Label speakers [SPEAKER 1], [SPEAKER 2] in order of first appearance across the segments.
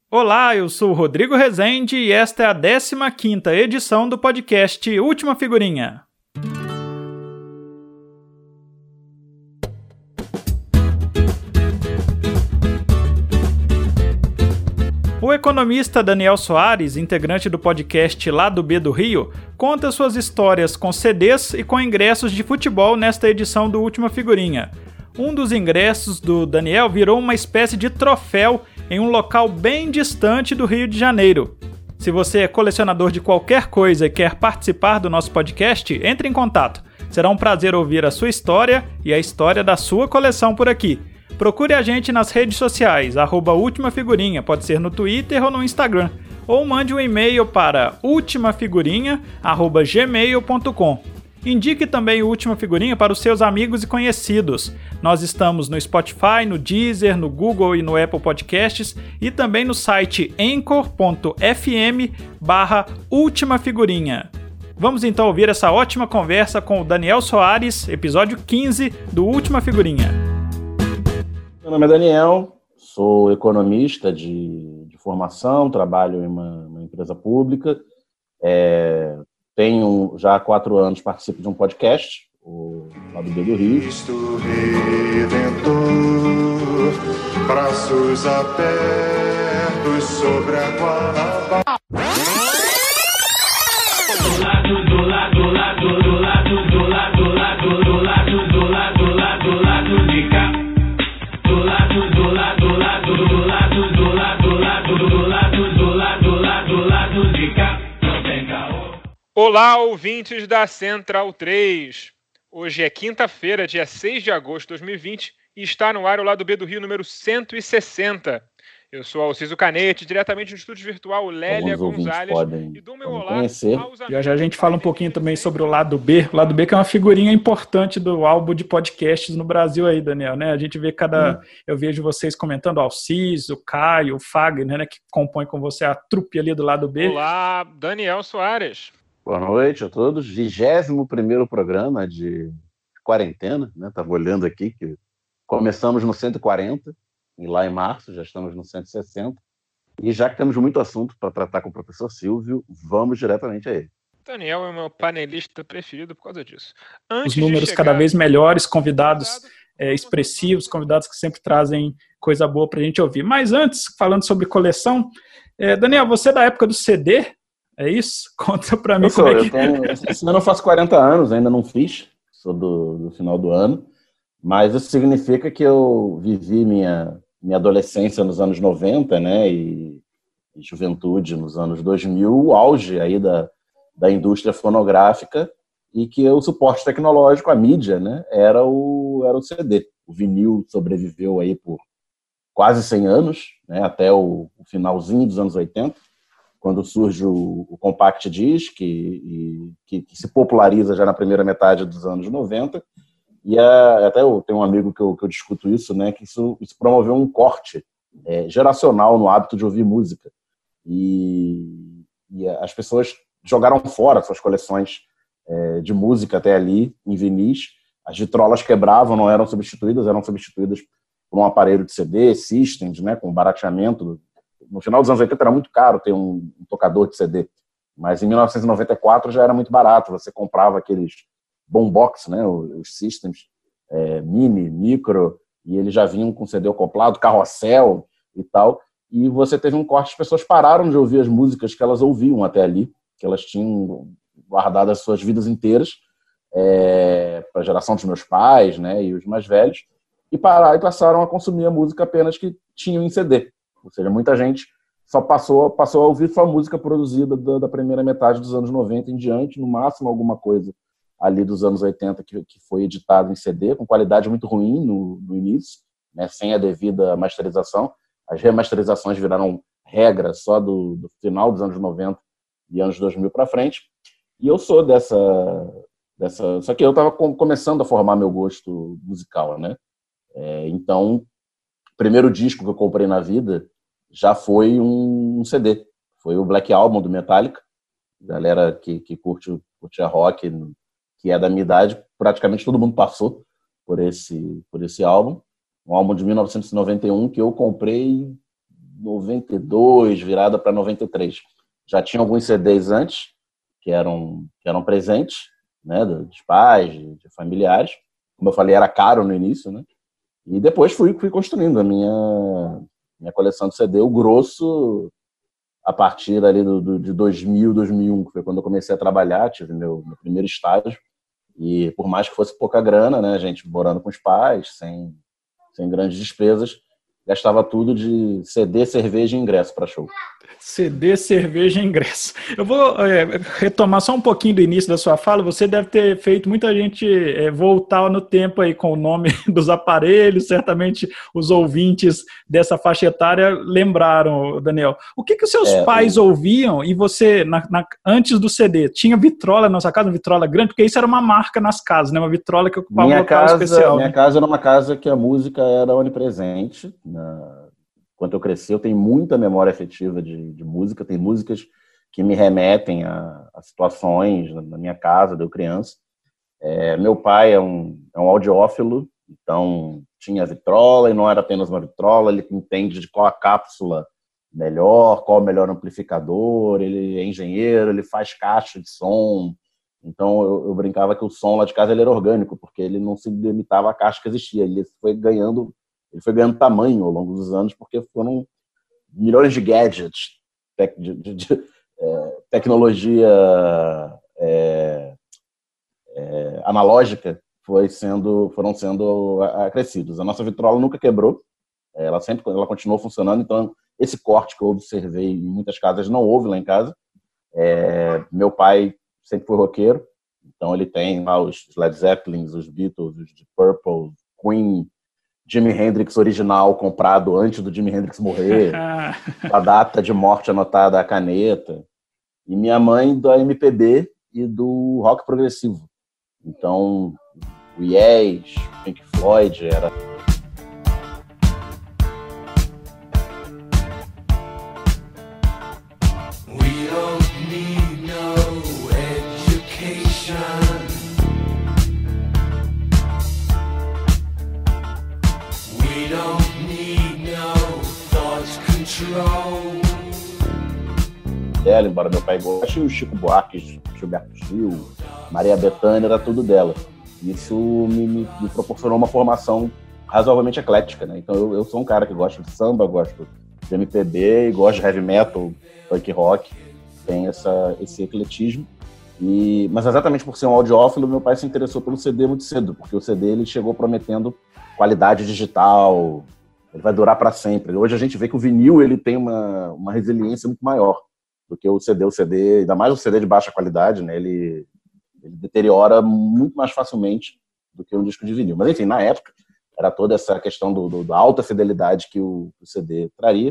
[SPEAKER 1] Olá, eu sou o Rodrigo Rezende e esta é a 15ª edição do podcast Última Figurinha. O economista Daniel Soares, integrante do podcast Lado B do Rio, conta suas histórias com CDs e com ingressos de futebol nesta edição do Última Figurinha. Um dos ingressos do Daniel virou uma espécie de troféu em um local bem distante do Rio de Janeiro. Se você é colecionador de qualquer coisa e quer participar do nosso podcast, entre em contato. Será um prazer ouvir a sua história e a história da sua coleção por aqui. Procure a gente nas redes sociais, @ultimafigurinha, pode ser no Twitter ou no Instagram, ou mande um e-mail para ultimafigurinha@gmail.com. Indique também o Última Figurinha para os seus amigos e conhecidos. Nós estamos no Spotify, no Deezer, no Google e no Apple Podcasts e também no site anchor.fm/ultimafigurinha. Vamos então ouvir essa ótima conversa com o Daniel Soares, episódio 15 do Última Figurinha.
[SPEAKER 2] Meu nome é Daniel, sou economista de formação, trabalho em uma empresa pública. Tenho já há 4 anos, participo de um podcast, o Lado B do Rio.
[SPEAKER 3] Cristo Redentor, braços abertos sobre a Guanabara.
[SPEAKER 4] Olá, ouvintes da Central 3. Hoje é quinta-feira, dia 6 de agosto de 2020, e está no ar o Lado B do Rio número 160. Eu sou Alciso Canete, diretamente do estúdio virtual Lélia Gonzalez, e dou meu olá aos amigos.
[SPEAKER 1] Já a gente fala um pouquinho também sobre o Lado B. O Lado B que é uma figurinha importante do álbum de podcasts no Brasil aí, Daniel, né? A gente vê eu vejo vocês comentando, o Alciso, o Caio, o Fagner, né, que compõe com você a trupe ali do Lado B.
[SPEAKER 4] Olá, Daniel Soares.
[SPEAKER 2] Boa noite a todos. 21º programa de quarentena, né? Estava olhando aqui que começamos no 140, e lá em março já estamos no 160. E já que temos muito assunto para tratar com o professor Silvio, vamos diretamente a ele.
[SPEAKER 4] Daniel é o meu panelista preferido por causa disso.
[SPEAKER 1] Os números cada vez melhores, convidados expressivos, convidados que sempre trazem coisa boa para a gente ouvir. Mas antes, falando sobre coleção, Daniel, você é da época do CD? É isso? Conta pra mim como é que...
[SPEAKER 2] Esse ano eu faço 40 anos, ainda não fiz, sou do final do ano, mas isso significa que eu vivi minha adolescência nos anos 90, né, e juventude nos anos 2000, o auge aí da indústria fonográfica, e que o suporte tecnológico, a mídia, né, era o CD. O vinil sobreviveu aí por quase 100 anos, né, até o finalzinho dos anos 80, quando surge o Compact Disc, que se populariza já na primeira metade dos anos 90, e até eu tenho um amigo que eu discuto isso, né, que isso promoveu um corte geracional no hábito de ouvir música. E as pessoas jogaram fora suas coleções de música até ali, em vinis. As vitrolas quebravam, não eram substituídas por um aparelho de CD, systems, né, com barateamento. No final dos anos 80 era muito caro ter um tocador de CD, mas em 1994 já era muito barato. Você comprava aqueles boombox, né, os systems mini, micro, e eles já vinham com CD acoplado, carrossel e tal, e você teve um corte, as pessoas pararam de ouvir as músicas que elas ouviam até ali, que elas tinham guardado as suas vidas inteiras, para a geração dos meus pais, né, e os mais velhos, e passaram a consumir a música apenas que tinham em CD. Ou seja, muita gente só passou a ouvir sua música produzida da primeira metade dos anos 90 em diante, no máximo alguma coisa ali dos anos 80 que foi editado em CD, com qualidade muito ruim no início, né, sem a devida masterização. As remasterizações viraram regra só do final dos anos 90 e anos 2000 para frente. E eu sou dessa... Só que eu estava começando a formar meu gosto musical, né? Então, o primeiro disco que eu comprei na vida já foi um CD. Foi o Black Album do Metallica. Galera que curte rock, que é da minha idade, praticamente todo mundo passou por esse álbum. Um álbum de 1991 que eu comprei 92, virada para 93. Já tinha alguns CDs antes, que eram presentes, né, dos pais, de familiares. Como eu falei, era caro no início, né? E depois fui construindo a minha coleção de CD, o grosso, a partir ali de 2000, 2001, que foi quando eu comecei a trabalhar, tive meu primeiro estágio. E por mais que fosse pouca grana, né, a gente morando com os pais, sem grandes despesas, gastava tudo de CD, cerveja e ingresso para show.
[SPEAKER 1] CD, cerveja e ingresso. Eu vou retomar só um pouquinho do início da sua fala. Você deve ter feito muita gente voltar no tempo aí com o nome dos aparelhos. Certamente os ouvintes dessa faixa etária lembraram, Daniel. O que os seus pais ouviam e você, antes do CD, tinha vitrola na sua casa, uma vitrola grande? Porque isso era uma marca nas casas, né? Uma vitrola que ocupava um local especial.
[SPEAKER 2] Minha casa era uma casa que a música era onipresente. Quando eu cresci, eu tenho muita memória afetiva de música. Tem músicas que me remetem a situações na minha casa, de eu criança. Meu pai é um audiófilo, então tinha vitrola, e não era apenas uma vitrola, ele entende de qual a cápsula melhor, qual o melhor amplificador, ele é engenheiro, ele faz caixa de som. Então eu brincava que o som lá de casa ele era orgânico, porque ele não se limitava à caixa que existia, ele foi ganhando tamanho ao longo dos anos, porque foram milhões de gadgets, tecnologia analógica foram sendo acrescidos. A nossa vitrola nunca quebrou, ela continuou funcionando, então esse corte que eu observei em muitas casas não houve lá em casa. Meu pai sempre foi roqueiro, então ele tem lá os Led Zeppelin, os Beatles, os Deep Purple, Queen, Jimi Hendrix original, comprado antes do Jimi Hendrix morrer, a data de morte anotada à caneta, e minha mãe do MPB e do rock progressivo. Então, o Yes, Pink Floyd, era... dela, embora meu pai goste, o Chico Buarque, Gilberto Gil, Maria Bethânia, era tudo dela. Isso me proporcionou uma formação razoavelmente eclética, né? Então eu sou um cara que gosta de samba, gosto de MPB, gosto de heavy metal, punk rock, tem esse ecletismo. Mas exatamente por ser um audiófilo, meu pai se interessou pelo CD muito cedo, porque o CD ele chegou prometendo qualidade digital, ele vai durar para sempre. Hoje a gente vê que o vinil ele tem uma resiliência muito maior do que o CD. O CD, ainda mais o CD de baixa qualidade, né? Ele deteriora muito mais facilmente do que um disco de vinil. Mas enfim, na época era toda essa questão da alta fidelidade que o CD traria.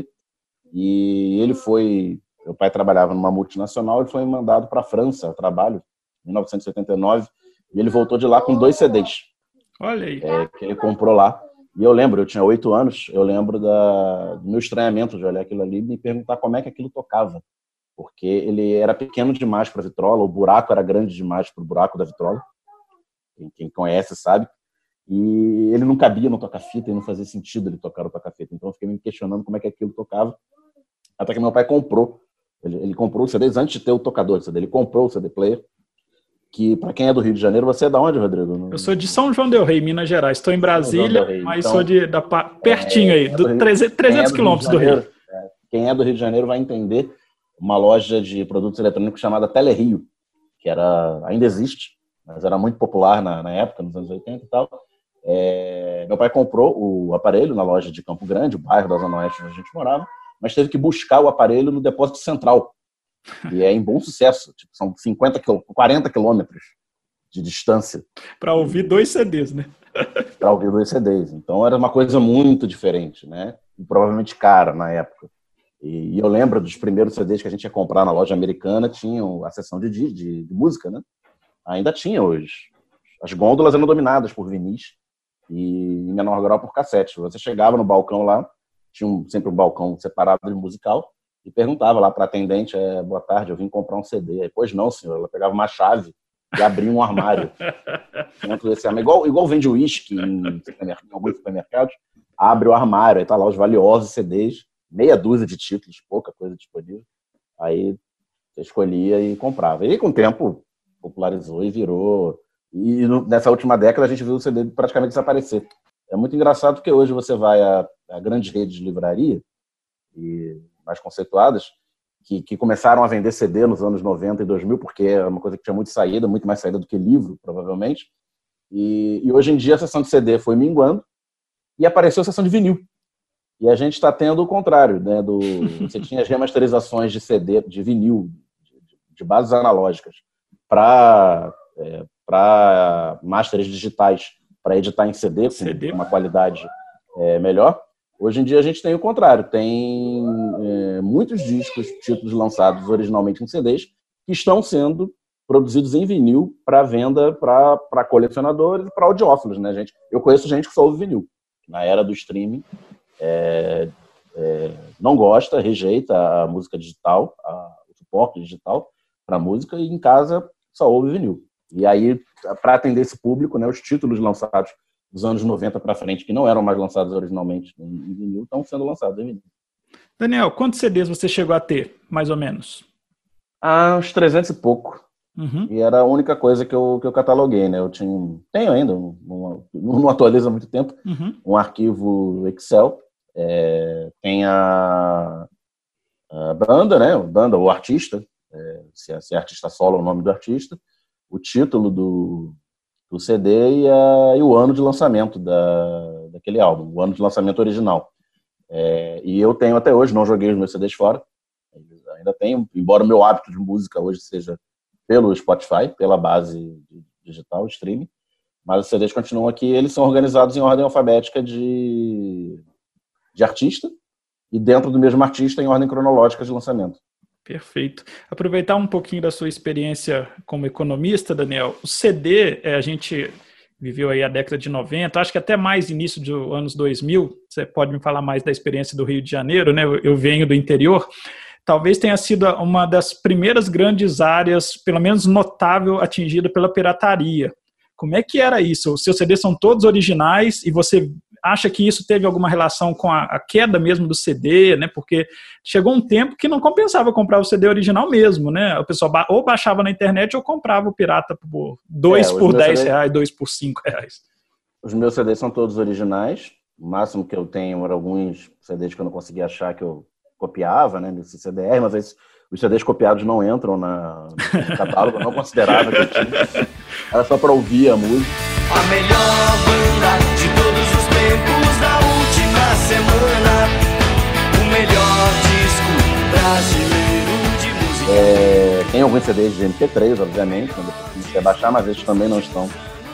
[SPEAKER 2] E meu pai trabalhava numa multinacional e foi mandado para a França a trabalho em 1989, e ele voltou de lá com 2 CDs.
[SPEAKER 1] Olha aí.
[SPEAKER 2] Que ele comprou lá. E eu tinha 8 anos, eu lembro do meu estranhamento de olhar aquilo ali e me perguntar como é que aquilo tocava. Porque ele era pequeno demais para a vitrola, o buraco era grande demais para o buraco da vitrola. Quem conhece sabe. E ele não cabia no toca-fita e não fazia sentido ele tocar o toca-fita. Então eu fiquei me questionando como é que aquilo tocava. Até que meu pai comprou. Ele comprou os CDs antes de ter o tocador de CD. Ele comprou o CD player. Que, para quem é do Rio de Janeiro, você é da onde, Rodrigo?
[SPEAKER 1] Eu sou de São João del Rei, Minas Gerais. Estou em Brasília, mas então, sou pertinho aí, 300 quilômetros do Rio.
[SPEAKER 2] Quem é do Rio de Janeiro vai entender uma loja de produtos eletrônicos chamada Telerio, que ainda existe, mas era muito popular na época, nos anos 80 e tal. Meu pai comprou o aparelho na loja de Campo Grande, o bairro da Zona Oeste onde a gente morava, mas teve que buscar o aparelho no depósito central. E é em Bom Sucesso, são 40 quilômetros de distância.
[SPEAKER 1] Para ouvir 2 CDs, né?
[SPEAKER 2] Para ouvir 2 CDs. Então era uma coisa muito diferente, né? E provavelmente cara na época. E eu lembro dos primeiros CDs que a gente ia comprar na loja americana, tinham a seção de música, né? Ainda tinha hoje. As gôndolas eram dominadas por vinis e, em menor grau, por cassete. Você chegava no balcão lá, tinha sempre um balcão separado de musical, e perguntava lá para a atendente, boa tarde, eu vim comprar um CD. Aí, pois não, senhor. Ela pegava uma chave e abria um armário. Igual vende uísque em alguns supermercados, abre o armário, aí tá lá os valiosos CDs meia dúzia de títulos, pouca coisa disponível. Aí você escolhia e comprava. E com o tempo popularizou e virou. E nessa última década a gente viu o CD praticamente desaparecer. É muito engraçado porque hoje você vai a grandes redes de livraria, e mais conceituadas, que começaram a vender CD nos anos 90 e 2000, porque é uma coisa que tinha muito mais saída do que livro, provavelmente. E hoje em dia a seção de CD foi minguando e apareceu a seção de vinil. E a gente está tendo o contrário, né? Você tinha as remasterizações de CD, de vinil, de bases analógicas, para masters digitais, para editar em CD com uma qualidade melhor. Hoje em dia a gente tem o contrário, tem muitos títulos lançados originalmente em CDs que estão sendo produzidos em vinil para venda para colecionadores e para audiófilos, né, gente? Eu conheço gente que só ouve vinil. Na era do streaming, não gosta, rejeita a música digital, o suporte digital para música, e em casa só ouve vinil. E aí, para atender esse público, né, os títulos lançados dos anos 90 para frente, que não eram mais lançados originalmente em vinil, estão sendo lançados em vinil.
[SPEAKER 1] Daniel, quantos CDs você chegou a ter, mais ou menos?
[SPEAKER 2] Uns 300 e pouco.
[SPEAKER 1] Uhum.
[SPEAKER 2] E era a única coisa que eu cataloguei, né? Tenho ainda, não atualizo há muito tempo, um arquivo Excel. Tem a banda, né? Banda, o artista, se é artista solo, o nome do artista, o título do CD e o ano de lançamento daquele álbum, o ano de lançamento original. E eu tenho até hoje, não joguei os meus CDs fora, ainda tenho, embora o meu hábito de música hoje seja pelo Spotify, pela base digital, streaming, mas os CDs continuam aqui, eles são organizados em ordem alfabética de artista e dentro do mesmo artista em ordem cronológica de lançamento.
[SPEAKER 1] Perfeito. Aproveitar um pouquinho da sua experiência como economista, Daniel. O CD, a gente viveu aí a década de 90, acho que até mais início dos anos 2000, você pode me falar mais da experiência do Rio de Janeiro, né? Eu venho do interior. Talvez tenha sido uma das primeiras grandes áreas, pelo menos notável, atingida pela pirataria. Como é que era isso? Os seus CDs são todos originais e você acha que isso teve alguma relação com a queda mesmo do CD, né? Porque chegou um tempo que não compensava comprar o CD original mesmo, né? O pessoal ou baixava na internet ou comprava o pirata por 2 por 10 reais, 2 por 5 reais.
[SPEAKER 2] Os meus CDs são todos originais. O máximo que eu tenho eram alguns CDs que eu não conseguia achar, que eu copiava, né, nesse CDR, mas os CDs copiados não entram no catálogo, eu não considerava que eu tinha. Era só para ouvir a música.
[SPEAKER 5] A melhor banda de todos os tempos da última semana. O melhor disco brasileiro de música.
[SPEAKER 2] Tem alguns CDs de MP3, obviamente, quando você quer baixar, mas esses também não estão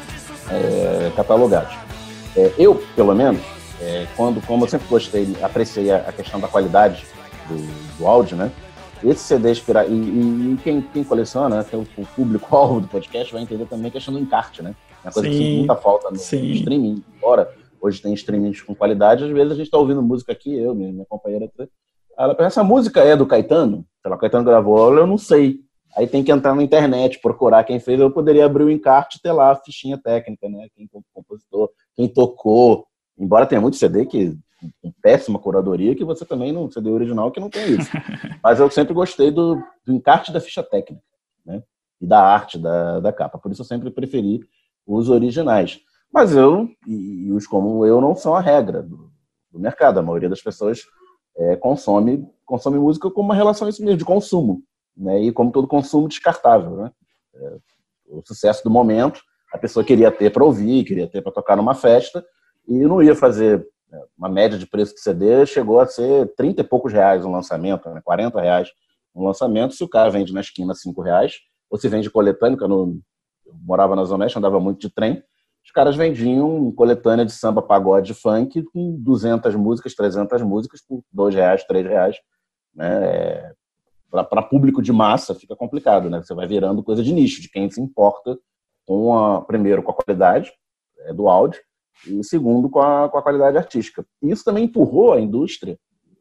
[SPEAKER 2] catalogados. Eu, pelo menos, como eu sempre apreciei a questão da qualidade do áudio, né? Esses CDs e quem coleciona, né, o público-alvo do podcast vai entender também a questão do encarte, né? É uma coisa que sinto muita falta no streaming. Embora hoje tem streamings com qualidade, às vezes a gente está ouvindo música aqui, minha companheira, ela pensa, essa música é do Caetano? Sei lá, o Caetano gravou, eu não sei. Aí tem que entrar na internet, procurar quem fez. Eu poderia abrir o encarte e ter lá a fichinha técnica, né? Quem compositor, quem tocou. Embora tenha muito CD com péssima curadoria, que você também no CD original que não tem isso. Mas eu sempre gostei do encarte da ficha técnica, né? E da arte da capa. Por isso eu sempre preferi os originais. Mas os como eu não são a regra do mercado. A maioria das pessoas consome música como uma relação isso mesmo, de consumo, né? E como todo consumo descartável, né? O sucesso do momento, a pessoa queria ter para ouvir, queria ter para tocar numa festa, e não ia fazer uma média de preço de CD, chegou a ser 30 e poucos reais um lançamento, né? 40 reais um lançamento. Se o cara vende na esquina 5 reais, ou se vende coletânea, eu morava na Zona Oeste, andava muito de trem, os caras vendiam coletânea de samba, pagode, funk com 200 músicas, 300 músicas por 2 reais, 3 reais, né? Para público de massa fica complicado, né? Você vai virando coisa de nicho, de quem se importa primeiro com a qualidade do áudio, e segundo, com a qualidade artística. E isso também empurrou a indústria,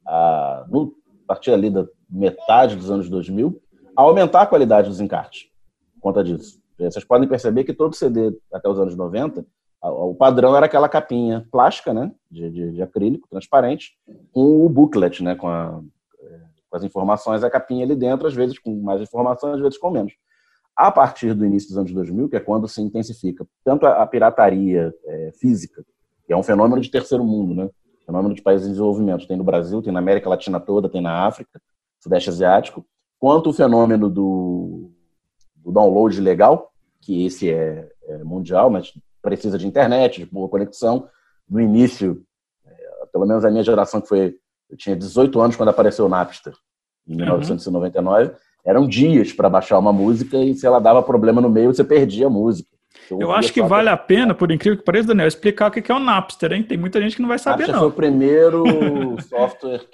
[SPEAKER 2] a partir ali da metade dos anos 2000, a aumentar a qualidade dos encartes, por conta disso. Vocês podem perceber que todo CD, até os anos 90, O padrão era aquela capinha plástica, né, de acrílico, transparente, com o booklet, né, com as informações, a capinha ali dentro, às vezes com mais informações, às vezes com menos. A partir do início dos anos 2000, que é quando se intensifica tanto a pirataria física, que é um fenômeno de terceiro mundo, né, fenômeno de países em desenvolvimento, tem no Brasil, tem na América Latina toda, tem na África, Sudeste Asiático, quanto o fenômeno do download legal, que esse é mundial, mas precisa de internet, de boa conexão. No início, pelo menos a minha geração, eu tinha 18 anos quando apareceu o Napster, em 1999, eram dias para baixar uma música e se ela dava problema no meio, você perdia a música.
[SPEAKER 1] Eu acho que vale a pena, por incrível que pareça, Daniel, explicar o que é o Napster, hein? Tem muita gente que não vai saber,
[SPEAKER 2] Napster
[SPEAKER 1] não.
[SPEAKER 2] Foi o primeiro software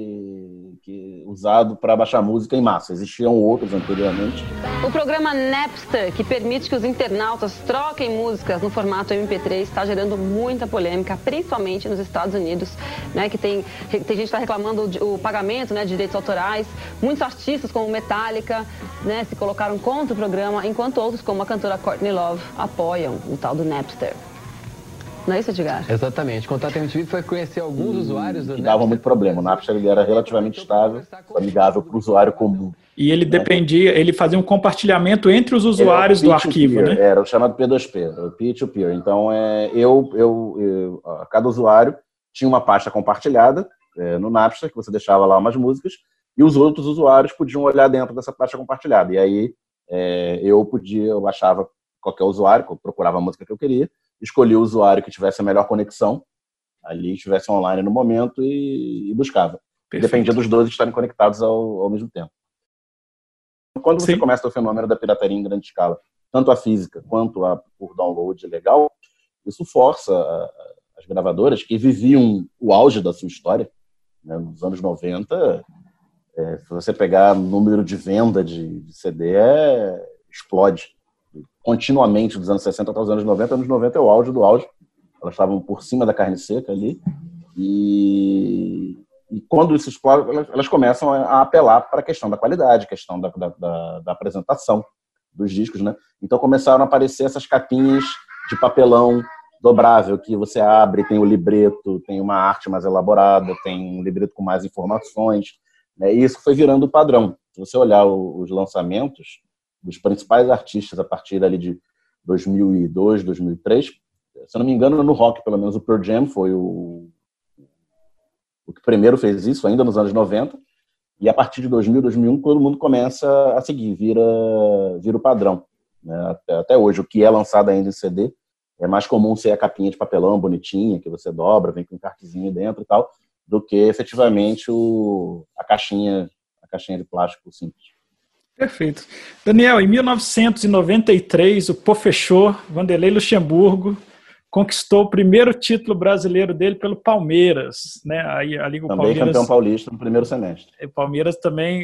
[SPEAKER 2] usado para baixar música em massa. Existiam outros anteriormente.
[SPEAKER 6] O programa Napster, que permite que os internautas troquem músicas no formato MP3, está gerando muita polêmica, principalmente nos Estados Unidos, né? Que tem gente que está reclamando o pagamento, né, de direitos autorais. Muitos artistas, como Metallica, né, se colocaram contra o programa, enquanto outros, como a cantora Courtney Love, apoiam o tal do Napster. Não é isso, Edgar?
[SPEAKER 7] Exatamente. Contato MTV foi conhecer alguns usuários do Napster.
[SPEAKER 2] Dava muito problema. O Napster ele era relativamente estável, amigável para o usuário comum.
[SPEAKER 1] E ele dependia, ele fazia um compartilhamento entre os usuários do arquivo, né?
[SPEAKER 2] Era o chamado P2P, o peer-to-peer. Então, cada usuário tinha uma pasta compartilhada no Napster, que você deixava lá umas músicas, e os outros usuários podiam olhar dentro dessa pasta compartilhada. E aí eu baixava qualquer usuário, eu procurava a música que eu queria, escolhia o usuário que tivesse a melhor conexão, ali estivesse online no momento e buscava. Perfeito. Dependia dos dois estarem conectados ao mesmo tempo. Quando você começa o fenômeno da pirataria em grande escala, tanto a física quanto por download legal, isso força as gravadoras que viviam o auge da sua história, né, nos anos 90, se você pegar o número de venda de CD, explode. Continuamente, dos anos 60 até os anos 90. Anos 90 é o auge do auge. Elas estavam por cima da carne seca ali. E quando isso explode, elas começam a apelar para a questão da qualidade, a questão da apresentação dos discos, né? Então começaram a aparecer essas capinhas de papelão dobrável, que você abre, tem o libreto, tem uma arte mais elaborada, tem um libreto com mais informações, né? E isso foi virando o padrão. Se você olhar os lançamentos dos principais artistas a partir ali de 2002, 2003, se eu não me engano, no rock, pelo menos o Pearl Jam foi o que primeiro fez isso, ainda nos anos 90, e a partir de 2000, 2001, todo mundo começa a seguir, vira o padrão, né? Até hoje, o que é lançado ainda em CD, é mais comum ser a capinha de papelão bonitinha, que você dobra, vem com um cartezinho dentro e tal, do que efetivamente a caixinha de plástico simples.
[SPEAKER 1] Perfeito. Daniel, em 1993, o Professor Vanderlei Luxemburgo conquistou o primeiro título brasileiro dele pelo Palmeiras, né? Ali o
[SPEAKER 2] também
[SPEAKER 1] Palmeiras,
[SPEAKER 2] campeão paulista no primeiro semestre.
[SPEAKER 1] O Palmeiras também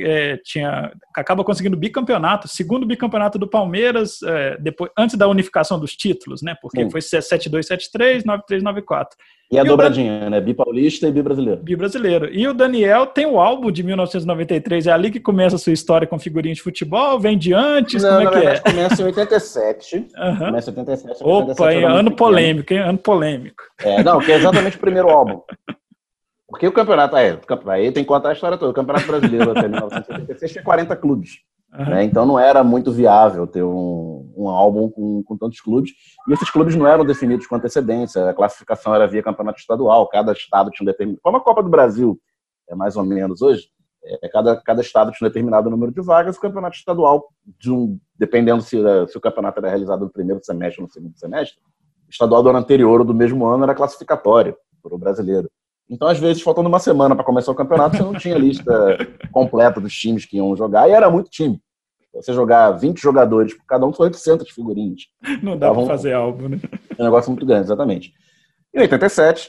[SPEAKER 1] acaba conseguindo bicampeonato, segundo bicampeonato do Palmeiras, depois, antes da unificação dos títulos, né? Porque foi 72, 73, 93, 94.
[SPEAKER 2] E a dobradinha, né? Bipaulista e bibrasileiro.
[SPEAKER 1] Bibrasileiro. E o Daniel tem o álbum de 1993, é ali que começa a sua história com figurinha de futebol, vem de antes,
[SPEAKER 2] não,
[SPEAKER 1] como é
[SPEAKER 2] na
[SPEAKER 1] que
[SPEAKER 2] verdade, começa em 87.
[SPEAKER 1] Começa
[SPEAKER 2] em 87.
[SPEAKER 1] Opa, ano polêmico, hein? Ano polêmico.
[SPEAKER 2] Não, que é exatamente o primeiro álbum. Porque o campeonato, aí tem que contar a história toda. O Campeonato Brasileiro até 1986 tinha 40 clubes. Né? Então não era muito viável ter um álbum com tantos clubes. E esses clubes não eram definidos com antecedência. A classificação era via campeonato estadual. Cada estado tinha um determinado... Como a Copa do Brasil é mais ou menos hoje, cada estado tinha um determinado número de vagas. O campeonato estadual, dependendo se o campeonato era realizado no primeiro semestre ou no segundo semestre, o estadual do ano anterior ou do mesmo ano era classificatório para o brasileiro. Então, às vezes, faltando uma semana para começar o campeonato, você não tinha lista completa dos times que iam jogar, e era muito time. Você jogar 20 jogadores, cada um são 800 figurinhas.
[SPEAKER 1] Não dá para fazer álbum, né?
[SPEAKER 2] É um negócio muito grande, exatamente. Em 87,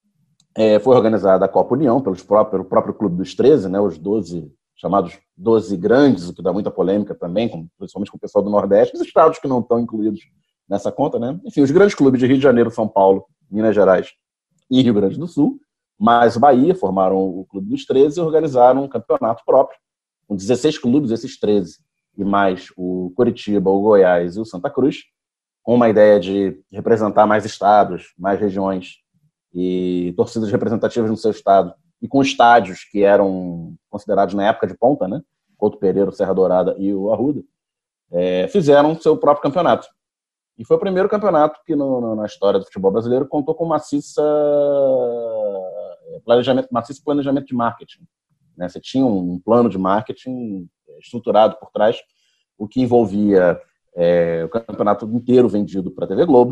[SPEAKER 2] foi organizada a Copa União pelo próprio Clube dos 13, né, os 12, chamados 12 grandes, o que dá muita polêmica também, principalmente com o pessoal do Nordeste, os estados que não estão incluídos nessa conta, né? Enfim, os grandes clubes de Rio de Janeiro, São Paulo, Minas Gerais e Rio Grande do Sul, mais o Bahia, formaram o Clube dos 13 e organizaram um campeonato próprio, com 16 clubes, esses 13, e mais o Coritiba, o Goiás e o Santa Cruz, com uma ideia de representar mais estados, mais regiões e torcidas representativas no seu estado, e com estádios que eram considerados na época de ponta, né? Couto Pereira, o Serra Dourada e o Arruda, fizeram seu próprio campeonato. E foi o primeiro campeonato que, na história do futebol brasileiro, contou com maciço planejamento de marketing. Né? Você tinha um plano de marketing estruturado por trás, o que envolvia o campeonato inteiro vendido para a TV Globo.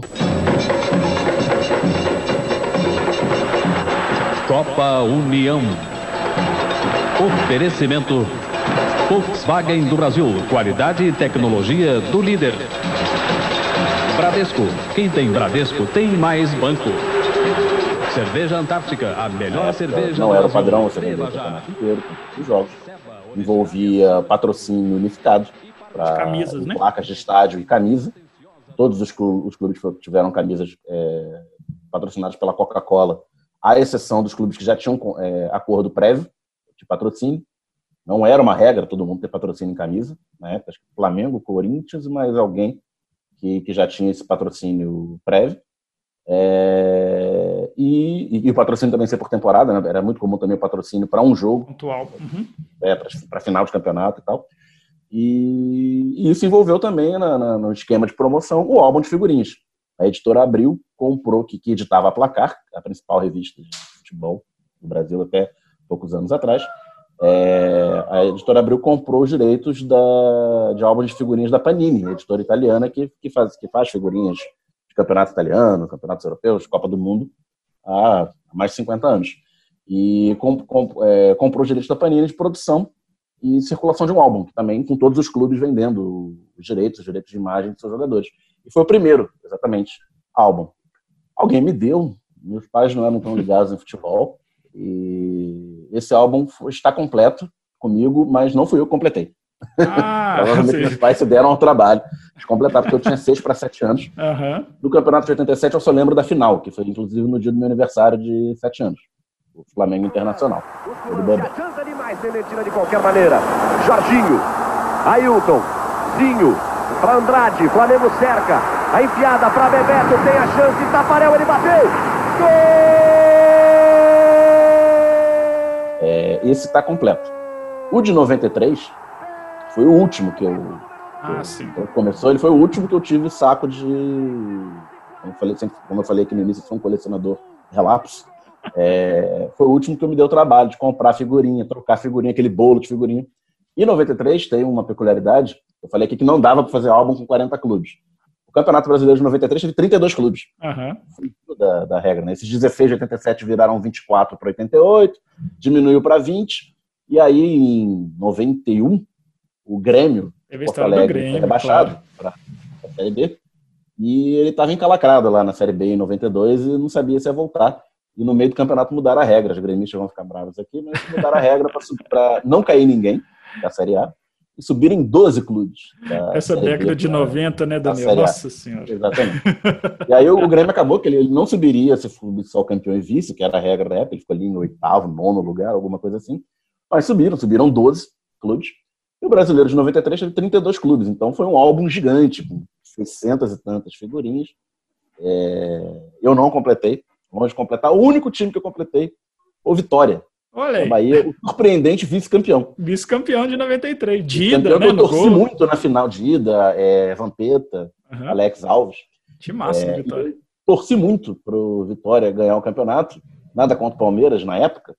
[SPEAKER 8] Copa União. Oferecimento Volkswagen do Brasil. Qualidade e tecnologia do líder. Bradesco. Quem tem Bradesco tem mais banco. Cerveja Antártica, a melhor cerveja.
[SPEAKER 2] Não era o padrão, você vendia o campeonato inteiro, com os jogos. Envolvia patrocínio unificado para
[SPEAKER 1] camisas, né?
[SPEAKER 2] Placas de estádio e camisa. Todos os clubes tiveram camisas patrocinadas pela Coca-Cola, à exceção dos clubes que já tinham acordo prévio de patrocínio. Não era uma regra todo mundo ter patrocínio em camisa, né? Acho que Flamengo, Corinthians e mais alguém que já tinha esse patrocínio prévio. E o patrocínio também ser por temporada, né? Era muito comum também o patrocínio para um jogo.
[SPEAKER 1] Pontual. Uhum.
[SPEAKER 2] Para final de campeonato e tal. E isso envolveu também no esquema de promoção o álbum de figurinhas. A editora Abril comprou, que editava a Placar, a principal revista de futebol do Brasil até poucos anos atrás. A editora Abril comprou os direitos de álbum de figurinhas da Panini, a editora italiana que faz figurinhas de campeonato italiano, campeonatos europeus, Copa do Mundo, há mais de 50 anos. E comprou os direitos da Panini de produção e circulação de um álbum, também com todos os clubes vendendo os direitos de imagem de seus jogadores. E foi o primeiro, exatamente, álbum. Alguém me deu, meus pais não eram tão ligados em futebol, e esse álbum está completo comigo, mas não fui eu que completei. Provavelmente meus pais se deram ao trabalho de completar, porque eu tinha 6 para 7 anos.
[SPEAKER 1] Uhum.
[SPEAKER 2] Do campeonato de 87 eu só lembro da final, que foi inclusive no dia do meu aniversário de 7 anos. O Flamengo Internacional.
[SPEAKER 9] Chance demais, ele tira de qualquer maneira. Jorginho, Ailton, Zinho, para Andrade, Flamengo cerca. A enfiada para Bebeto, tem a chance, Tafarel, ele bateu. Gol!
[SPEAKER 2] Esse está completo. O de 93 foi o último que eu...
[SPEAKER 1] Sim.
[SPEAKER 2] Quando começou, ele foi o último que eu tive saco de... Como eu falei aqui no início, eu sou um colecionador relapso. Foi o último que eu me dei o trabalho de comprar figurinha, trocar figurinha, aquele bolo de figurinha. E 93 tem uma peculiaridade, eu falei aqui que não dava para fazer álbum com 40 clubes. O Campeonato Brasileiro de 93 teve 32 clubes. Foi da regra, né? Esses 16 de 87 viraram 24 para 88, diminuiu para 20, e aí em 91 o Grêmio, Porto Alegre, foi rebaixado para a Série B, e ele estava encalacrado lá na Série B em 92 e não sabia se ia voltar. E no meio do campeonato mudaram a regra. Os gremistas vão ficar bravos aqui, mas mudaram a regra para não cair ninguém da Série A e subirem 12 clubes.
[SPEAKER 1] Essa década de 90, né, Daniel? Nossa Senhora.
[SPEAKER 2] Exatamente. E aí o Grêmio acabou que ele não subiria se fosse só campeão e vice, que era a regra da época. Ele ficou ali em 8º, 9º lugar, alguma coisa assim. Mas subiram 12 clubes. E o Brasileiro de 93 teve 32 clubes. Então foi um álbum gigante, com 600 e tantas figurinhas. Eu não completei. Longe de completar. O único time que eu completei foi o Vitória.
[SPEAKER 1] Olha aí.
[SPEAKER 2] O Bahia, o surpreendente vice-campeão.
[SPEAKER 1] Vice-campeão de 93. Dida, né?
[SPEAKER 2] Eu torci muito na final de Ida, Vampeta, Alex Alves.
[SPEAKER 1] Que massa, Vitória.
[SPEAKER 2] Torci muito pro Vitória ganhar o campeonato. Nada contra o Palmeiras na época.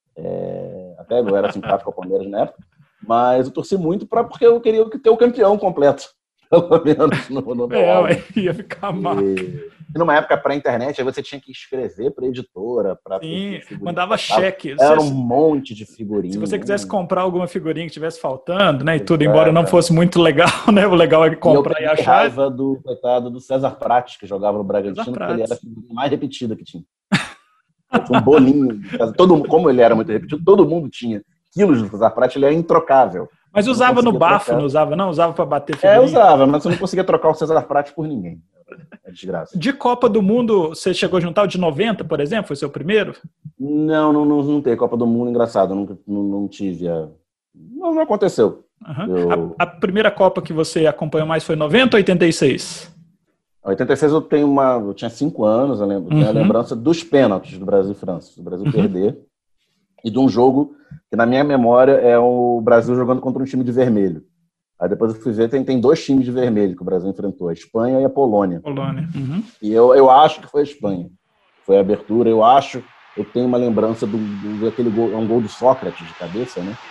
[SPEAKER 2] Até eu era simpático ao Palmeiras na época. Mas eu torci muito porque eu queria ter o campeão completo. Pelo menos no meu álbum.
[SPEAKER 1] Ia ficar mal.
[SPEAKER 2] E numa época pré-internet, aí você tinha que escrever para editora.
[SPEAKER 1] Sim, mandava cheque.
[SPEAKER 2] Era um monte de figurinha.
[SPEAKER 1] Se você quisesse comprar alguma figurinha que estivesse faltando, né, e tudo, embora não fosse muito legal, né, o legal é comprar e achar.
[SPEAKER 2] Raiva do coitado do César Prates, que jogava no Bragantino, porque ele era a figurinha mais repetida que tinha. Um bolinho. Como ele era muito repetido, todo mundo tinha quilos do César Prates, ele era introcável.
[SPEAKER 1] Mas usava no bafo, não usava? Não, usava para bater figurinha?
[SPEAKER 2] Usava, mas eu não conseguia trocar o César Prates por ninguém. É desgraça.
[SPEAKER 1] De Copa do Mundo, você chegou a juntar o de 90, por exemplo? Foi seu primeiro?
[SPEAKER 2] Não tem Copa do Mundo, engraçado. Não tive. Não aconteceu.
[SPEAKER 1] A primeira Copa que você acompanhou mais foi 90 ou 86?
[SPEAKER 2] Em 86 eu tinha 5 anos, eu lembro, tenho a lembrança dos pênaltis do Brasil e França, do Brasil perder, e de um jogo que na minha memória é o Brasil jogando contra um time de vermelho. Aí depois eu fui ver, tem 2 times de vermelho que o Brasil enfrentou, a Espanha e a Polônia. E eu acho que foi a Espanha. Foi a abertura, eu tenho uma lembrança daquele gol, é um gol do Sócrates de cabeça, né?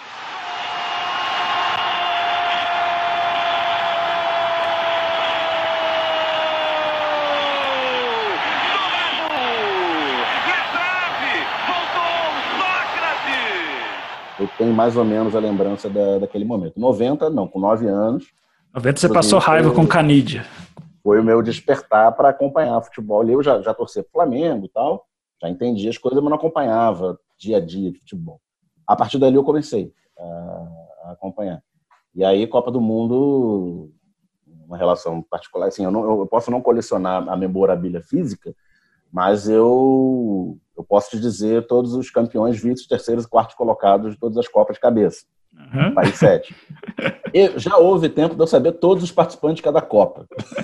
[SPEAKER 2] Eu tenho mais ou menos a lembrança daquele momento. 90, não, com 9 anos.
[SPEAKER 1] 90 você passou raiva com Canidia.
[SPEAKER 2] Foi o meu despertar para acompanhar futebol. Eu já torcia pro Flamengo e tal, já entendia as coisas, mas não acompanhava dia a dia de futebol. A partir dali eu comecei a acompanhar. E aí, Copa do Mundo, uma relação particular. Assim, eu posso não colecionar a memorabilia física, mas eu posso te dizer todos os campeões, vice, terceiros e quartos colocados de todas as Copas de cabeça. País 7. E já houve tempo de eu saber todos os participantes de cada Copa.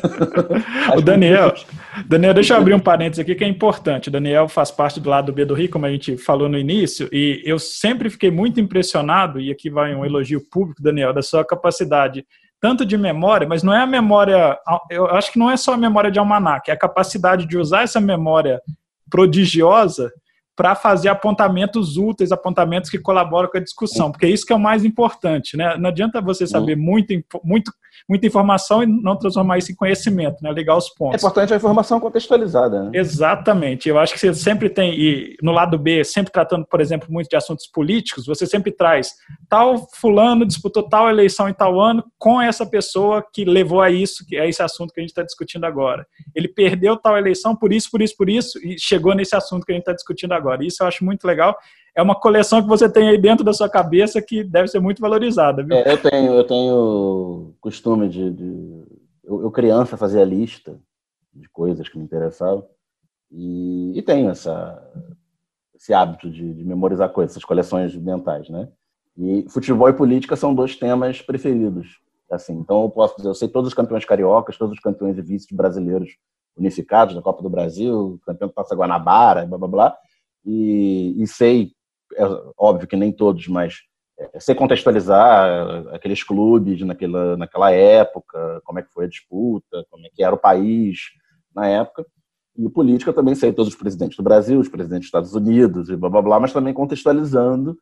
[SPEAKER 1] O Daniel, deixa eu abrir um parênteses aqui que é importante. O Daniel faz parte do lado B do Rio, como a gente falou no início, e eu sempre fiquei muito impressionado, e aqui vai um elogio público, Daniel, da sua capacidade tanto de memória, mas não é a memória, eu acho que não é só a memória de almanaque, é a capacidade de usar essa memória prodigiosa para fazer apontamentos úteis, apontamentos que colaboram com a discussão, porque isso que é o mais importante, né? Não adianta você saber muita informação e não transformar isso em conhecimento, né? Ligar os pontos.
[SPEAKER 2] É importante a informação contextualizada, né?
[SPEAKER 1] Exatamente. Eu acho que você sempre tem, e no lado B, sempre tratando, por exemplo, muito de assuntos políticos, você sempre traz tal fulano disputou tal eleição em tal ano com essa pessoa que levou a isso, que é esse assunto que a gente está discutindo agora. Ele perdeu tal eleição por isso, e chegou nesse assunto que a gente está discutindo agora. Isso eu acho muito legal. É uma coleção que você tem aí dentro da sua cabeça que deve ser muito valorizada, viu?
[SPEAKER 2] Eu tenho costume eu criança fazia lista de coisas que me interessavam e tenho esse hábito de memorizar coisas, essas coleções mentais, né? E futebol e política são 2 temas preferidos. Assim, então eu posso dizer, eu sei todos os campeões cariocas, todos os campeões e vices brasileiros unificados da Copa do Brasil, campeão do Taça Guanabara, blá blá blá. E sei, é óbvio que nem todos, mas sei contextualizar aqueles clubes naquela época, como é que foi a disputa, como é que era o país na época. E política eu também sei todos os presidentes do Brasil, os presidentes dos Estados Unidos e blá blá blá, mas também contextualizando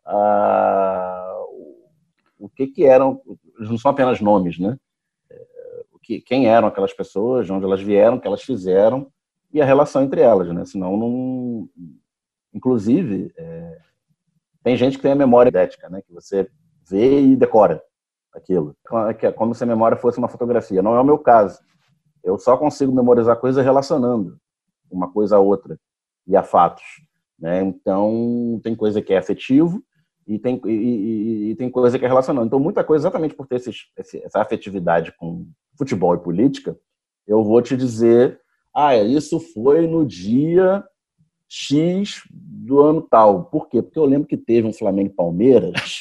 [SPEAKER 2] o que eram, não são apenas nomes, né? Quem eram aquelas pessoas, de onde elas vieram, o que elas fizeram e a relação entre elas, né? Senão não... Inclusive, tem gente que tem a memória idética, né? Que você vê e decora aquilo. É como se a memória fosse uma fotografia. Não é o meu caso. Eu só consigo memorizar coisas relacionando uma coisa a outra e a fatos, né? Então, tem coisa que é afetivo e tem coisa que é relacionando. Então, muita coisa, exatamente por ter essa afetividade com futebol e política, eu vou te dizer, isso foi no dia X do ano tal. Por quê? Porque eu lembro que teve um Flamengo e Palmeiras.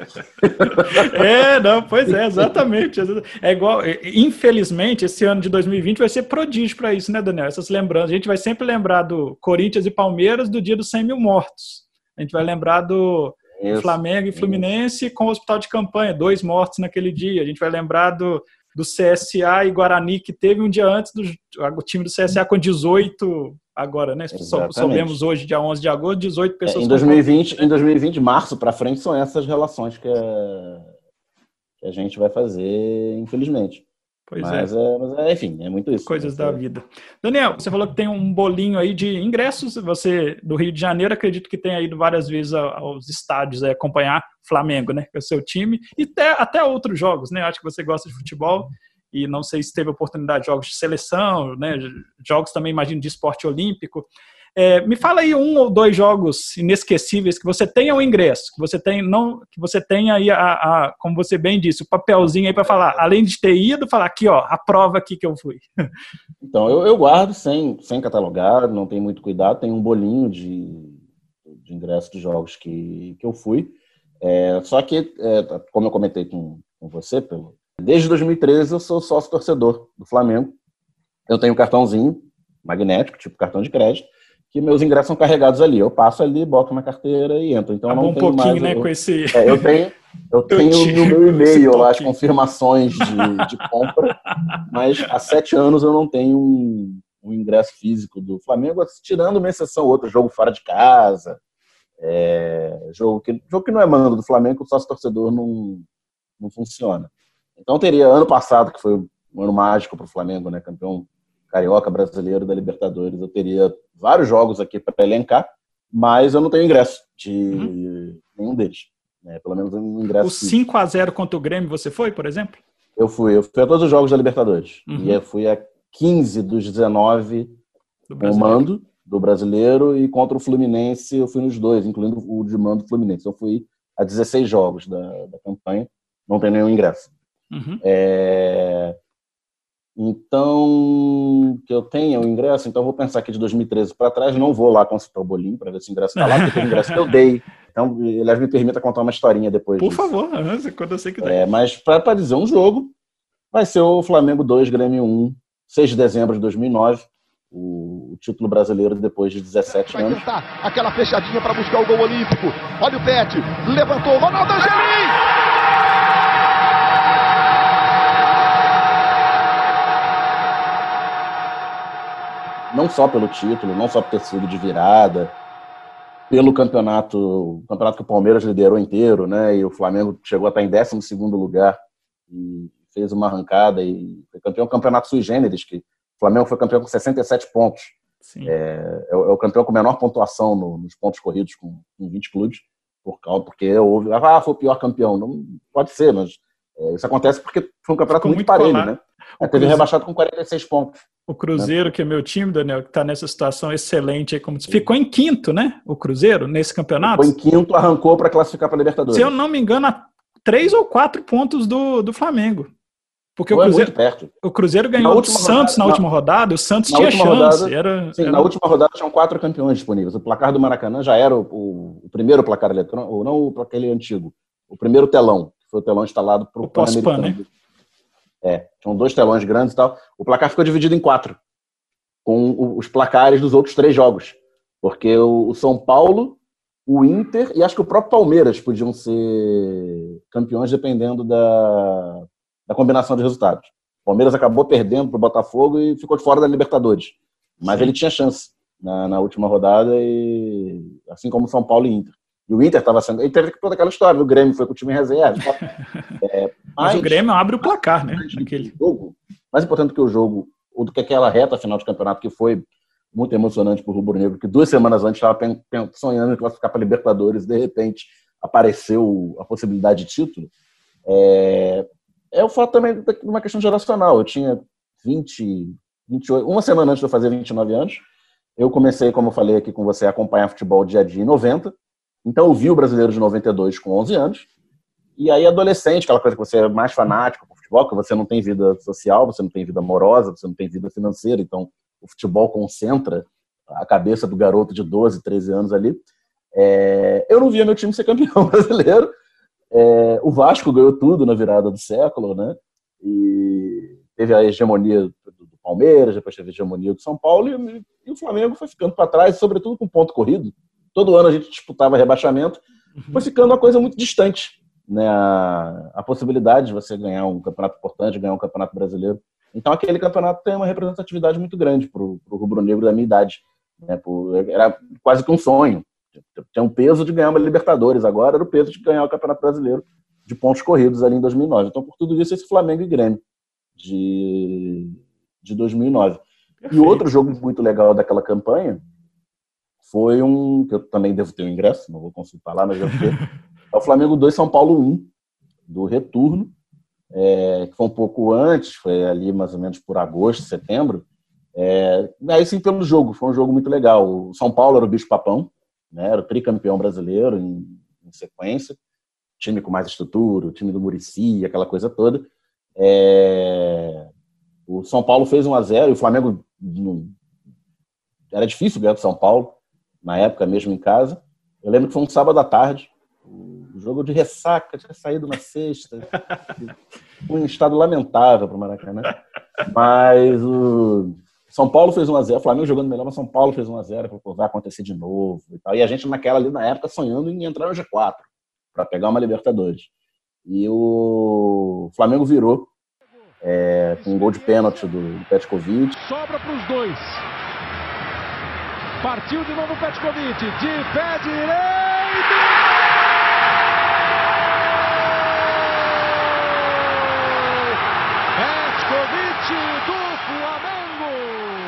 [SPEAKER 1] Pois é, exatamente. É igual, infelizmente, esse ano de 2020 vai ser prodígio para isso, né, Daniel? Essas lembranças. A gente vai sempre lembrar do Corinthians e Palmeiras do dia dos 100 mil mortos. A gente vai lembrar do Flamengo e Fluminense com o hospital de campanha, 2 mortos naquele dia. A gente vai lembrar do CSA e Guarani, que teve um dia antes o time do CSA com 18 agora, né? Soubemos hoje, dia 11 de agosto, 18 pessoas.
[SPEAKER 2] Em 2020, março para frente, são essas relações que a gente vai fazer, infelizmente. Mas enfim, é muito isso.
[SPEAKER 1] Coisas da vida. Daniel, você falou que tem um bolinho aí de ingressos, você do Rio de Janeiro, acredito que tenha ido várias vezes aos estádios acompanhar Flamengo, né? Que é o seu time, e até outros jogos, né? Acho que você gosta de futebol, e não sei se teve oportunidade de jogos de seleção, né? Jogos também, imagino, de esporte olímpico. Me fala aí 1 ou 2 jogos inesquecíveis que você tenha o ingresso, que você tenha aí, como você bem disse, o papelzinho aí para falar, além de ter ido, falar aqui, ó, a prova aqui que eu fui.
[SPEAKER 2] Então, eu guardo sem catalogar, não tem muito cuidado, tem um bolinho de ingresso de jogos que eu fui. Só que, como eu comentei com você, desde 2013 eu sou sócio torcedor do Flamengo. eu tenho um cartãozinho magnético, tipo cartão de crédito, que meus ingressos são carregados ali. Eu passo ali, boto na carteira e entro. Então, eu não tenho
[SPEAKER 1] pouquinho,
[SPEAKER 2] mais...
[SPEAKER 1] né, com esse...
[SPEAKER 2] Eu tenho no meu e-mail lá as confirmações de compra, mas há 7 anos eu não tenho um ingresso físico do Flamengo, tirando uma exceção ou outra, jogo fora de casa, jogo que não é mando do Flamengo, o sócio-torcedor não funciona. Então teria ano passado, que foi um ano mágico para o Flamengo, né, campeão carioca, brasileiro da Libertadores, eu teria vários jogos aqui para elencar, mas eu não tenho ingresso de nenhum deles. Pelo menos um ingresso.
[SPEAKER 1] O 5-0 contra o Grêmio você foi, por exemplo?
[SPEAKER 2] Eu fui a todos os jogos da Libertadores. E eu fui a 15 dos 19 com o mando do brasileiro, e contra o Fluminense eu fui nos 2, incluindo o de mando do Fluminense. Eu fui a 16 jogos da campanha, não tenho nenhum ingresso. Então, que eu tenha o ingresso, então eu vou pensar aqui de 2013 para trás, não vou lá consultar o Bolinho para ver se o ingresso está lá, porque tem o ingresso que eu dei. Então, aliás, me permita contar uma historinha depois
[SPEAKER 1] Por
[SPEAKER 2] disso.
[SPEAKER 1] favor, quando você quiser.
[SPEAKER 2] Mas para dizer um jogo, vai ser o Flamengo 2, Grêmio 1, 6 de dezembro de 2009, o título brasileiro depois de 17 anos.
[SPEAKER 10] Vai tentar aquela fechadinha para buscar o gol olímpico. Olha o Pet, levantou, Ronaldo Angelim!
[SPEAKER 2] Não só pelo título, não só por ter sido de virada, pelo campeonato, o campeonato que o Palmeiras liderou inteiro, né? E o Flamengo chegou a estar em 12º lugar e fez uma arrancada e foi campeão do campeonato sui generis, que o Flamengo foi campeão com 67 pontos. É o campeão com menor pontuação nos pontos corridos, com 20 clubes, porque houve... foi o pior campeão. Não pode ser, mas isso acontece porque foi um campeonato muito parelho, né? Teve rebaixado com 46 pontos.
[SPEAKER 1] O Cruzeiro, que é meu time, Daniel, que está nessa situação excelente, ficou em 5º, né? O Cruzeiro, nesse campeonato.
[SPEAKER 2] Ficou em 5º, arrancou para classificar para a Libertadores.
[SPEAKER 1] Se eu não me engano, a 3 ou 4 pontos do Flamengo. Porque
[SPEAKER 2] muito perto.
[SPEAKER 1] O Cruzeiro ganhou do Santos na última rodada, o Santos tinha chance.
[SPEAKER 2] Na última rodada tinham 4 campeões disponíveis. O placar do Maracanã já era o primeiro placar eletrônico, ou não aquele antigo, o primeiro telão, que foi o telão instalado para o
[SPEAKER 1] pós-PAN, né?
[SPEAKER 2] Tinham 2 telões grandes e tal. O placar ficou dividido em 4, com os placares dos outros 3 jogos. Porque o São Paulo, o Inter e acho que o próprio Palmeiras podiam ser campeões dependendo da combinação de resultados. O Palmeiras acabou perdendo para o Botafogo e ficou de fora da Libertadores. Mas ele tinha chance na última rodada, e assim como São Paulo e Inter. E o Inter estava sendo... E teve toda aquela história, o Grêmio foi com o time em reserva.
[SPEAKER 1] Mas o Grêmio abre o placar, né?
[SPEAKER 2] Jogo, mais importante do que o jogo, ou do que aquela reta final de campeonato, que foi muito emocionante para o Rubro Negro, que 2 semanas antes estava sonhando em classificar para a Libertadores, e de repente apareceu a possibilidade de título. É o fato também de uma questão geracional. Eu tinha 28, uma semana antes de eu fazer 29 anos, eu comecei, como eu falei aqui com você, a acompanhar futebol dia a dia em 90. Então eu vi o Brasileiro de 92 com 11 anos. E aí adolescente, aquela coisa que você é mais fanático por futebol, que você não tem vida social, você não tem vida amorosa, você não tem vida financeira. Então o futebol concentra a cabeça do garoto de 12, 13 anos ali. Eu não via meu time ser campeão brasileiro. O Vasco ganhou tudo na virada do século, né? E teve a hegemonia do Palmeiras, depois teve a hegemonia do São Paulo, e o Flamengo foi ficando para trás, sobretudo com ponto corrido. Todo ano a gente disputava rebaixamento, foi ficando uma coisa muito distante, né? A possibilidade de você ganhar um campeonato importante, ganhar um campeonato brasileiro. Então aquele campeonato tem uma representatividade muito grande para o rubro-negro da minha idade, né? Era quase que um sonho. Tinha um peso de ganhar uma Libertadores, agora era o peso de ganhar o Campeonato Brasileiro de pontos corridos ali em 2009. Então, por tudo isso, esse Flamengo e Grêmio de 2009. Perfeito. E outro jogo muito legal daquela campanha foi que eu também devo ter o ingresso, não vou consultar lá, mas devo ter. É o Flamengo 2, São Paulo 1, do retorno, que foi um pouco antes, foi ali mais ou menos por agosto, setembro. Aí sim, pelo jogo, foi um jogo muito legal. O São Paulo era o bicho-papão, né? Era o tricampeão brasileiro em sequência, time com mais estrutura, o time do Muricy, aquela coisa toda. O São Paulo fez 1-0 e o Flamengo era difícil ganhar do São Paulo na época, mesmo em casa. Eu lembro que foi um sábado à tarde, o jogo de ressaca, tinha saído na sexta, um estado lamentável para o Maracanã. Mas o São Paulo fez 1-0, o Flamengo jogando melhor, mas São Paulo fez 1-0, falou, vai acontecer de novo e tal. E a gente na época sonhando em entrar no G4 para pegar uma Libertadores. E o Flamengo virou com um gol de pênalti do Petkovic.
[SPEAKER 10] Sobra para os dois. Partiu de novo o Petkovic, de pé direito. Petkovic do Flamengo.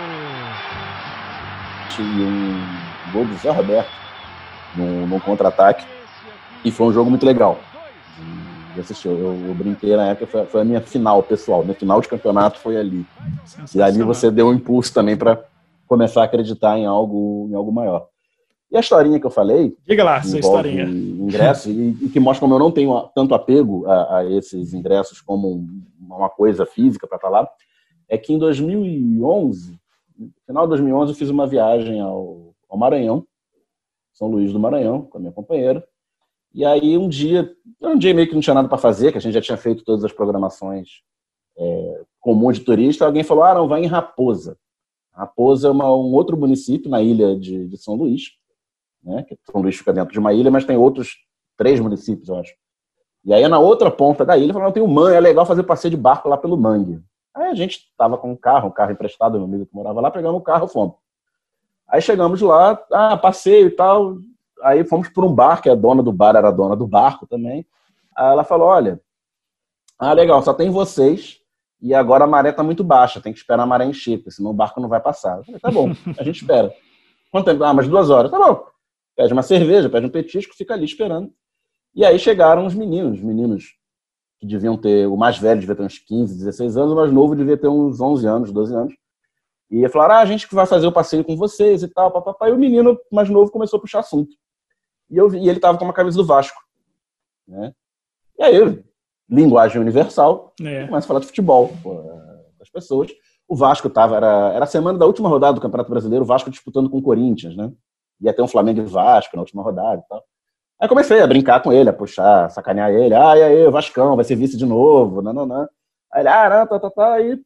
[SPEAKER 2] E um gol do Zé Roberto num contra-ataque. E foi um jogo muito legal de assistir. Eu brinquei na época, foi a minha final pessoal. Minha final de campeonato foi ali. E ali você deu um impulso também para começar a acreditar em algo maior. E a historinha que eu falei...
[SPEAKER 1] Diga lá, sua historinha.
[SPEAKER 2] Ingresso, e que mostra como eu não tenho tanto apego a esses ingressos como uma coisa física para estar lá, é que em 2011, no final de 2011, eu fiz uma viagem ao Maranhão, São Luís do Maranhão, com a minha companheira. E aí um dia meio que não tinha nada para fazer, que a gente já tinha feito todas as programações comuns de turista, alguém falou, não, vai em Raposa. Raposa é um outro município na ilha de São Luís, né? Que São Luís fica dentro de uma ilha, mas tem outros 3 municípios, eu acho. E aí na outra ponta da ilha, falaram, tem um mangue, é legal fazer passeio de barco lá pelo mangue. Aí a gente estava com um carro emprestado, meu amigo que morava lá, pegamos o carro, fomos. Aí chegamos lá, passeio e tal, aí fomos por um bar, que a dona do bar era a dona do barco também. Aí ela falou, olha, legal, só tem vocês, e agora a maré tá muito baixa, tem que esperar a maré encher, porque senão o barco não vai passar. Eu falei, tá bom, a gente espera. Quanto tempo? Mas 2 horas. Tá bom. Pede uma cerveja, pede um petisco, fica ali esperando. E aí chegaram os meninos que deviam ter, o mais velho devia ter uns 15, 16 anos, o mais novo devia ter uns 11 anos, 12 anos. E falaram, a gente que vai fazer o passeio com vocês e tal, papapá. E o menino mais novo começou a puxar assunto. E ele tava com uma camisa do Vasco, né? E aí, linguagem universal, começa a falar de futebol com as pessoas. O Vasco era a semana da última rodada do Campeonato Brasileiro, o Vasco disputando com o Corinthians, né? Ia ter um Flamengo e Vasco na última rodada e tal. Aí comecei a brincar com ele, a puxar, sacanear ele. E aí, o Vascão vai ser vice de novo, não. Aí ele, Aí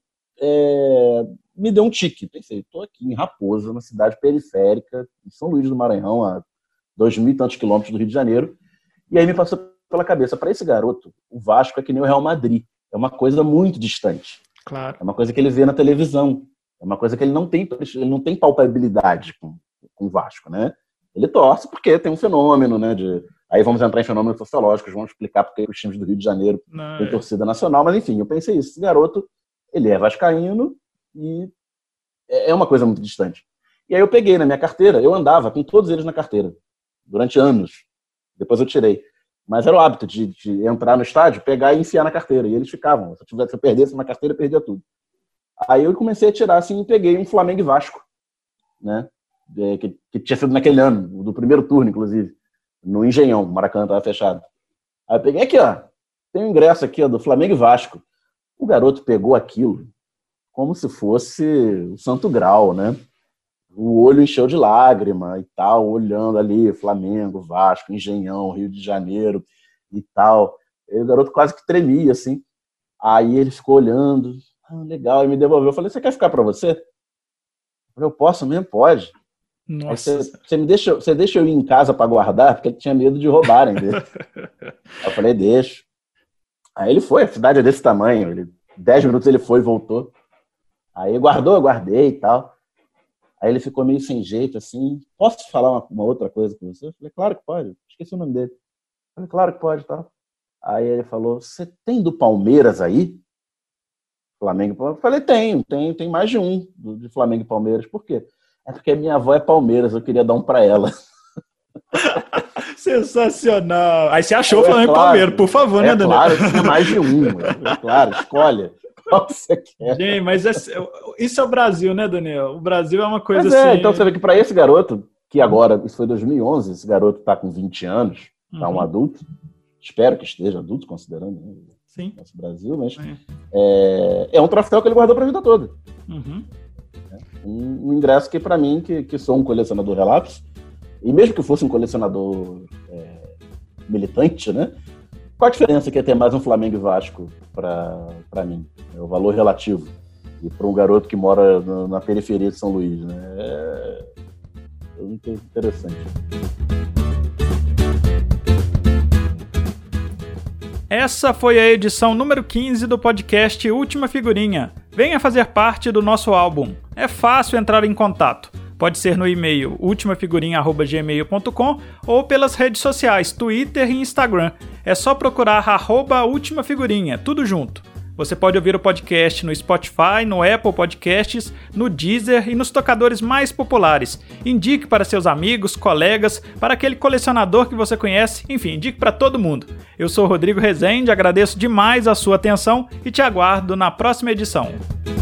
[SPEAKER 2] me deu um tique. Pensei, tô aqui em Raposa, uma cidade periférica, em São Luís do Maranhão, a 2.000 e tantos quilômetros do Rio de Janeiro. E aí me passou pela cabeça, para esse garoto, o Vasco é que nem o Real Madrid. É uma coisa muito distante.
[SPEAKER 1] Claro.
[SPEAKER 2] É uma coisa que ele vê na televisão. É uma coisa que ele não tem palpabilidade com o Vasco, né? Ele torce porque tem um fenômeno, né? Aí vamos entrar em fenômenos sociológicos, vamos explicar porque os times do Rio de Janeiro têm torcida nacional, mas enfim, eu pensei isso. Esse garoto, ele é vascaíno e é uma coisa muito distante. E aí eu peguei na minha carteira, eu andava com todos eles na carteira, durante anos. Depois eu tirei. Mas era o hábito de entrar no estádio, pegar e enfiar na carteira. E eles ficavam. Se eu perdesse na carteira, eu perdia tudo. Aí eu comecei a tirar assim e peguei um Flamengo e Vasco, né? Que tinha sido naquele ano, do primeiro turno, inclusive, no Engenhão, o Maracanã estava fechado. Aí eu peguei aqui, tem um ingresso aqui, do Flamengo e Vasco. O garoto pegou aquilo como se fosse o Santo Grau, né? O olho encheu de lágrima e tal, olhando ali, Flamengo, Vasco, Engenhão, Rio de Janeiro e tal. E o garoto quase que tremia, assim. Aí ele ficou olhando, legal, aí me devolveu. Eu falei, você quer ficar para você? Eu falei, eu posso mesmo? Pode.
[SPEAKER 1] Nossa.
[SPEAKER 2] Você deixa eu ir em casa para guardar? Porque ele tinha medo de roubarem dele. Eu falei, deixa. Aí ele foi, a cidade é desse tamanho. 10 minutos ele foi e voltou. Aí guardou, eu guardei e tal. Aí ele ficou meio sem jeito, assim, posso te falar uma outra coisa com você? Eu falei, claro que pode. Esqueci o nome dele. Eu falei, claro que pode, tá? Aí ele falou, você tem do Palmeiras aí? Flamengo. Eu falei, tem mais de um de Flamengo e Palmeiras. Por quê? É porque minha avó é Palmeiras, eu queria dar um pra ela.
[SPEAKER 1] Sensacional. Aí você achou o Flamengo e Palmeiras, por favor, né, Daniel?
[SPEAKER 2] Claro, tinha mais de um. Claro, escolha. Qual você quer?
[SPEAKER 1] Gente, mas isso é o Brasil, né, Daniel? O Brasil é uma coisa assim...
[SPEAKER 2] Então você vê que para esse garoto, que agora, isso foi 2011, esse garoto tá com 20 anos, tá um adulto, espero que esteja adulto, considerando, né,
[SPEAKER 1] sim,
[SPEAKER 2] nosso Brasil, mas é um troféu que ele guardou para a vida toda. Um ingresso que, para mim, que sou um colecionador relapso, e mesmo que fosse um colecionador militante, né? Qual a diferença que é ter mais um Flamengo e Vasco para mim? É o valor relativo. e para um garoto que mora na periferia de São Luís, né? É muito interessante.
[SPEAKER 1] Essa foi a edição número 15 do podcast Última Figurinha. Venha fazer parte do nosso álbum. É fácil entrar em contato. Pode ser no e-mail ultimafigurinha@gmail.com ou pelas redes sociais, Twitter e Instagram. É só procurar @ultimafigurinha, tudo junto. Você pode ouvir o podcast no Spotify, no Apple Podcasts, no Deezer e nos tocadores mais populares. Indique para seus amigos, colegas, para aquele colecionador que você conhece, enfim, indique para todo mundo. Eu sou Rodrigo Rezende, agradeço demais a sua atenção e te aguardo na próxima edição.